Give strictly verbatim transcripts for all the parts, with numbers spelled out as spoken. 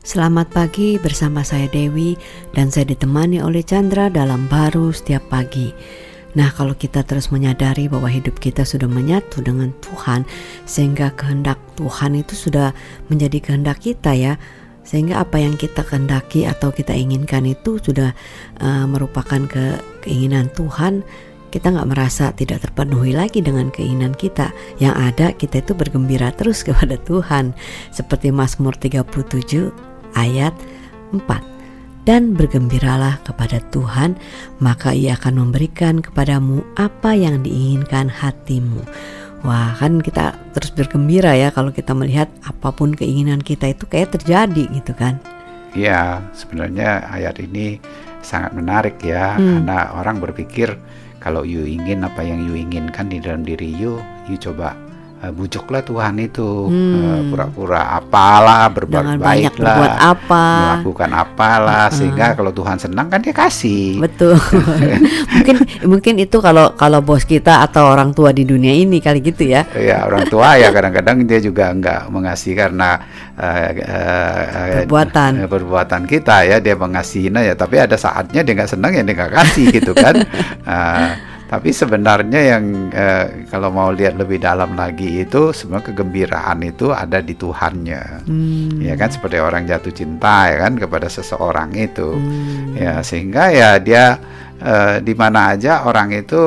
Selamat pagi, bersama saya Dewi dan saya ditemani oleh Chandra dalam Baru Setiap Pagi. Nah, kalau kita terus menyadari bahwa hidup kita sudah menyatu dengan Tuhan, sehingga kehendak Tuhan itu sudah menjadi kehendak kita ya, sehingga apa yang kita kehendaki atau kita inginkan itu sudah uh, merupakan ke, keinginan Tuhan. Kita gak merasa tidak terpenuhi lagi dengan keinginan kita. Yang ada kita itu bergembira terus kepada Tuhan. Seperti Mazmur tiga puluh tujuh ayat empat. Dan bergembiralah kepada Tuhan, maka Ia akan memberikan kepadamu apa yang diinginkan hatimu. Wah, kan kita terus bergembira ya kalau kita melihat apapun keinginan kita itu kayak terjadi gitu kan. Iya, sebenarnya ayat ini sangat menarik ya, hmm. karena orang berpikir kalau you ingin apa yang you inginkan di dalam diri you, you coba uh, bujuklah Tuhan itu, hmm. uh, pura-pura apalah, berbuat baiklah, berbuat apa, melakukan apalah, uh-uh. sehingga kalau Tuhan senang kan Dia kasih. Betul. mungkin mungkin itu kalau kalau bos kita atau orang tua di dunia ini kali gitu ya. Ya, orang tua ya kadang-kadang dia juga enggak mengasihi karena uh, uh, perbuatan uh, perbuatan kita ya, dia mengasihin ya, tapi ada saatnya dia nggak senang ya dia nggak kasih gitu kan. Uh, tapi sebenarnya yang uh, kalau mau lihat lebih dalam lagi itu sebenarnya kegembiraan itu ada di Tuhannya, hmm. ya kan, seperti orang jatuh cinta ya kan kepada seseorang itu, hmm. ya sehingga ya dia Uh, di mana aja orang itu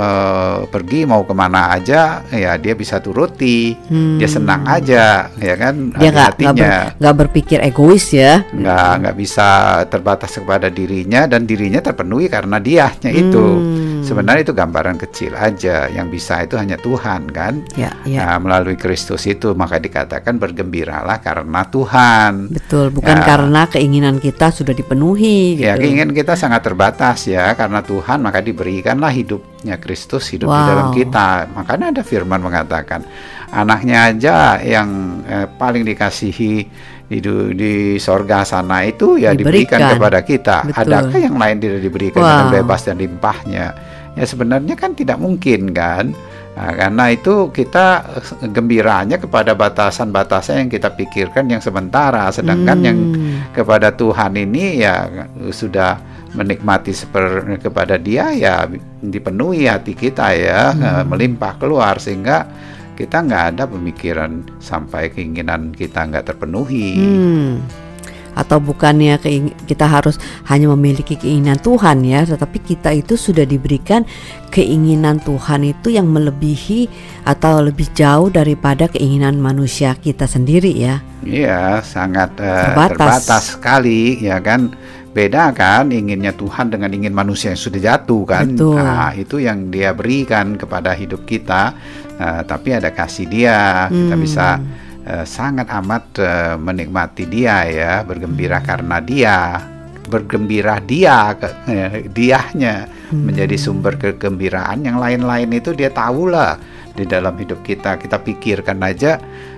uh, pergi mau kemana aja ya dia bisa turuti, hmm. dia senang aja ya kan, dia nggak ber, nggak berpikir egois ya, nggak nggak bisa terbatas kepada dirinya dan dirinya terpenuhi karena dianya itu. hmm. Sebenarnya itu gambaran kecil aja, yang bisa itu hanya Tuhan kan, ya, ya. Nah, melalui Kristus itu maka dikatakan bergembiralah karena Tuhan. Betul, bukan ya. Karena keinginan kita sudah dipenuhi gitu. Ya, keinginan kita sangat terbatas ya, karena Tuhan maka diberikanlah hidupnya Kristus hidup wow. di dalam kita. Makanya ada firman mengatakan anaknya aja yang eh, paling dikasihi di, di sorga sana itu ya diberikan, diberikan kepada kita. Betul. Adakah yang lain tidak diberikan wow. dengan bebas dan limpahnya? Ya sebenarnya kan tidak mungkin kan. Nah, karena itu kita gembiranya kepada batasan-batasan yang kita pikirkan yang sementara, sedangkan hmm. yang kepada Tuhan ini ya sudah menikmati seperti kepada Dia ya dipenuhi hati kita ya, hmm. melimpah keluar, sehingga kita nggak ada pemikiran sampai keinginan kita nggak terpenuhi. Hmm. Atau bukannya kita harus hanya memiliki keinginan Tuhan ya, tetapi kita itu sudah diberikan keinginan Tuhan itu yang melebihi atau lebih jauh daripada keinginan manusia kita sendiri ya. Iya, sangat uh, terbatas. terbatas sekali ya kan. Beda kan inginnya Tuhan dengan ingin manusia yang sudah jatuh kan. Betul. Nah, itu yang Dia berikan kepada hidup kita. Uh, tapi ada kasih Dia, hmm. kita bisa Uh, sangat amat uh, menikmati Dia ya, bergembira karena Dia, bergembira Dia, ke, eh, Dianya hmm. menjadi sumber kegembiraan. Yang lain-lain itu Dia tahulah di dalam hidup kita. Kita pikirkan aja,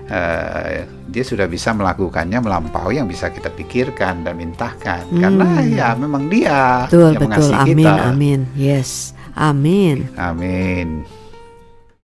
uh, Dia sudah bisa melakukannya melampaui yang bisa kita pikirkan dan mintakan. Hmm. Karena ya memang Dia betul, yang betul. mengasihi Amin, kita. Amin, yes, amin, amin.